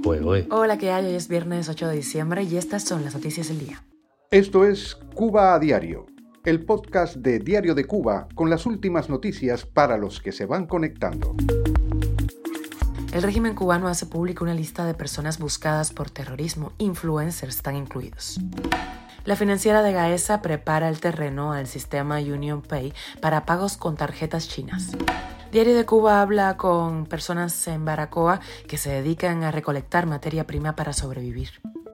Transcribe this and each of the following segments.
Oe. Hola, ¿qué hay? Hoy es viernes 8 de diciembre y estas son las noticias del día. Esto es Cuba a Diario, el podcast de Diario de Cuba con las últimas noticias para los que se van conectando. El régimen cubano hace pública una lista de personas buscadas por terrorismo. Influencers están incluidos. La financiera de Gaesa prepara el terreno al sistema UnionPay para pagos con tarjetas chinas. Diario de Cuba habla con personas en Baracoa que se dedican a recolectar materia prima para sobrevivir.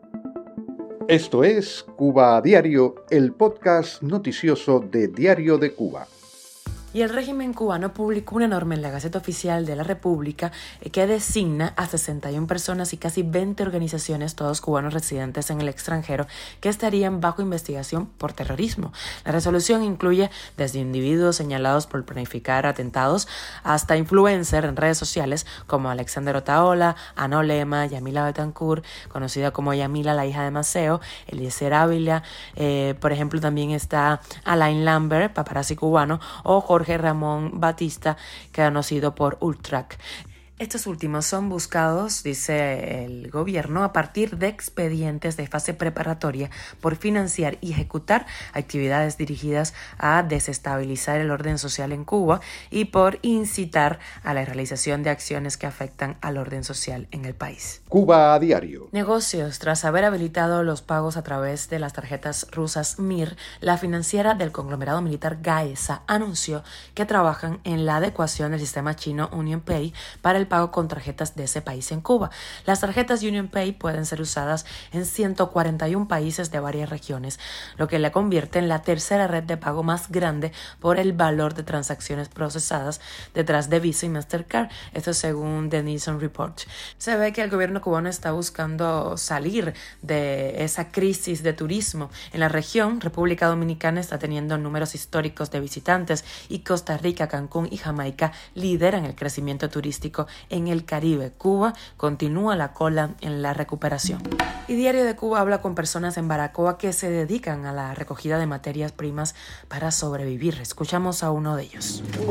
Esto es Cuba a Diario, el podcast noticioso de Diario de Cuba. Y el régimen cubano publicó una norma en la Gaceta Oficial de la República que designa a 61 personas y casi 20 organizaciones, todos cubanos residentes en el extranjero, que estarían bajo investigación por terrorismo. La resolución incluye desde individuos señalados por planificar atentados hasta influencers en redes sociales como Alexander Otaola, Ana Olema, Yamila Betancourt, conocida como Yamila, la hija de Maceo, Eliezer Ávila, por ejemplo también está Alain Lambert, paparazzi cubano, o Jorge Ramón Batista, conocido por Ultrac. Estos últimos son buscados, dice el gobierno, a partir de expedientes de fase preparatoria por financiar y ejecutar actividades dirigidas a desestabilizar el orden social en Cuba y por incitar a la realización de acciones que afectan al orden social en el país. Cuba a Diario. Negocios. Tras haber habilitado los pagos a través de las tarjetas rusas MIR, la financiera del conglomerado militar Gaesa anunció que trabajan en la adecuación del sistema chino UnionPay para el pago con tarjetas de ese país en Cuba. Las tarjetas UnionPay pueden ser usadas en 141 países de varias regiones, lo que la convierte en la tercera red de pago más grande por el valor de transacciones procesadas detrás de Visa y Mastercard. Esto según The Nielsen Report. Se ve que el gobierno cubano está buscando salir de esa crisis de turismo. En la región, República Dominicana está teniendo números históricos de visitantes y Costa Rica, Cancún y Jamaica lideran el crecimiento turístico en el Caribe. Cuba continúa la cola en la recuperación. Y Diario de Cuba habla con personas en Baracoa que se dedican a la recogida de materias primas para sobrevivir. Escuchamos a uno de ellos. Tengo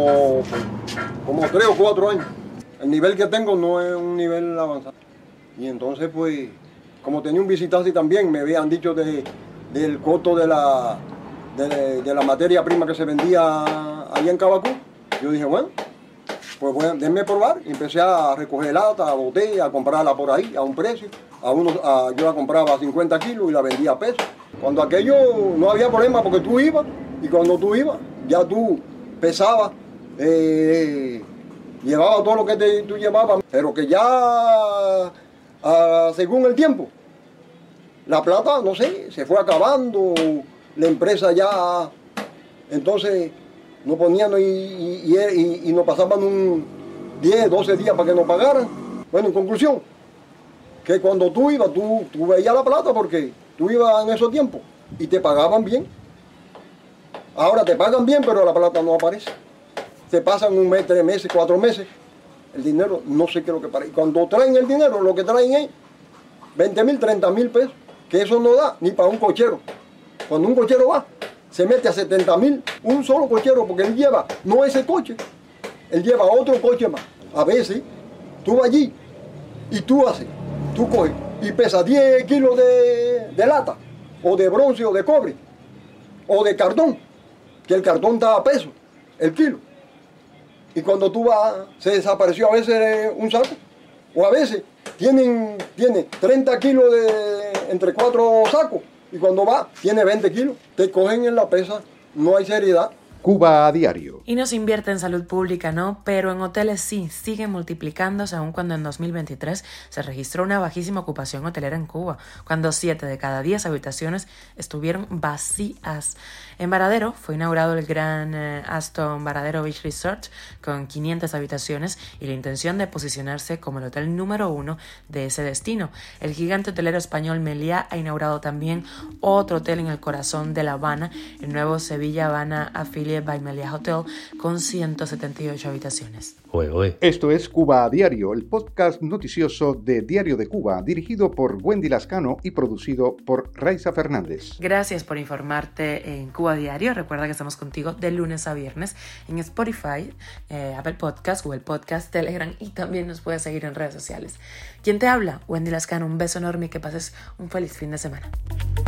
como 3 o 4 años. El nivel que tengo no es un nivel avanzado. Y entonces, pues, como tenía un visitante también, me habían dicho del costo de la materia prima que se vendía allá en Cabacú. Yo dije, bueno, pues déjenme probar. Y empecé a recoger lata, botella, a comprarla por ahí a un precio. Yo la compraba a 50 kilos y la vendía a pesos. Cuando aquello no había problema porque tú ibas, y cuando tú ibas, ya tú pesabas, llevabas todo lo que tú llevabas, pero que ya según el tiempo, la plata, no sé, se fue acabando, la empresa ya, entonces nos ponían y nos pasaban un 10, 12 días para que nos pagaran. Bueno, en conclusión, que cuando tú ibas, tú veías la plata porque tú ibas en esos tiempos y te pagaban bien. Ahora te pagan bien, pero la plata no aparece. Te pasan un mes, 3 meses, 4 meses, el dinero no sé qué es lo que para. Y cuando traen el dinero, lo que traen es 20,000, 30,000 pesos, que eso no da ni para un cochero. Cuando un cochero va, se mete a 70,000, un solo cochero, porque él lleva, no ese coche, él lleva otro coche más. A veces, tú vas allí y tú coges y pesas 10 kilos de lata, o de bronce, o de cobre, o de cartón, que el cartón está a peso, el kilo. Y cuando tú vas, se desapareció a veces un saco, o a veces tiene 30 kilos entre 4 sacos, y cuando va, tiene 20 kilos. Te cogen en la pesa, no hay seriedad. Cuba a Diario. Y no se invierte en salud pública, ¿no? Pero en hoteles sí, siguen multiplicándose, aun cuando en 2023 se registró una bajísima ocupación hotelera en Cuba, cuando 7 de cada 10 habitaciones estuvieron vacías. En Varadero fue inaugurado el gran Aston Varadero Beach Resort con 500 habitaciones y la intención de posicionarse como el hotel número 1 de ese destino. El gigante hotelero español Meliá ha inaugurado también otro hotel en el corazón de La Habana, el nuevo Sevilla Habana Affiliate Calle by Melia Hotel con 178 habitaciones. Esto es Cuba a Diario, el podcast noticioso de Diario de Cuba, dirigido por Wendy Lascano y producido por Raiza Fernández. Gracias por informarte en Cuba a Diario. Recuerda que estamos contigo de lunes a viernes en Spotify, Apple Podcast, Google Podcast, Telegram, y también nos puedes seguir en redes sociales. ¿Quién te habla? Wendy Lascano. Un beso enorme y que pases un feliz fin de semana.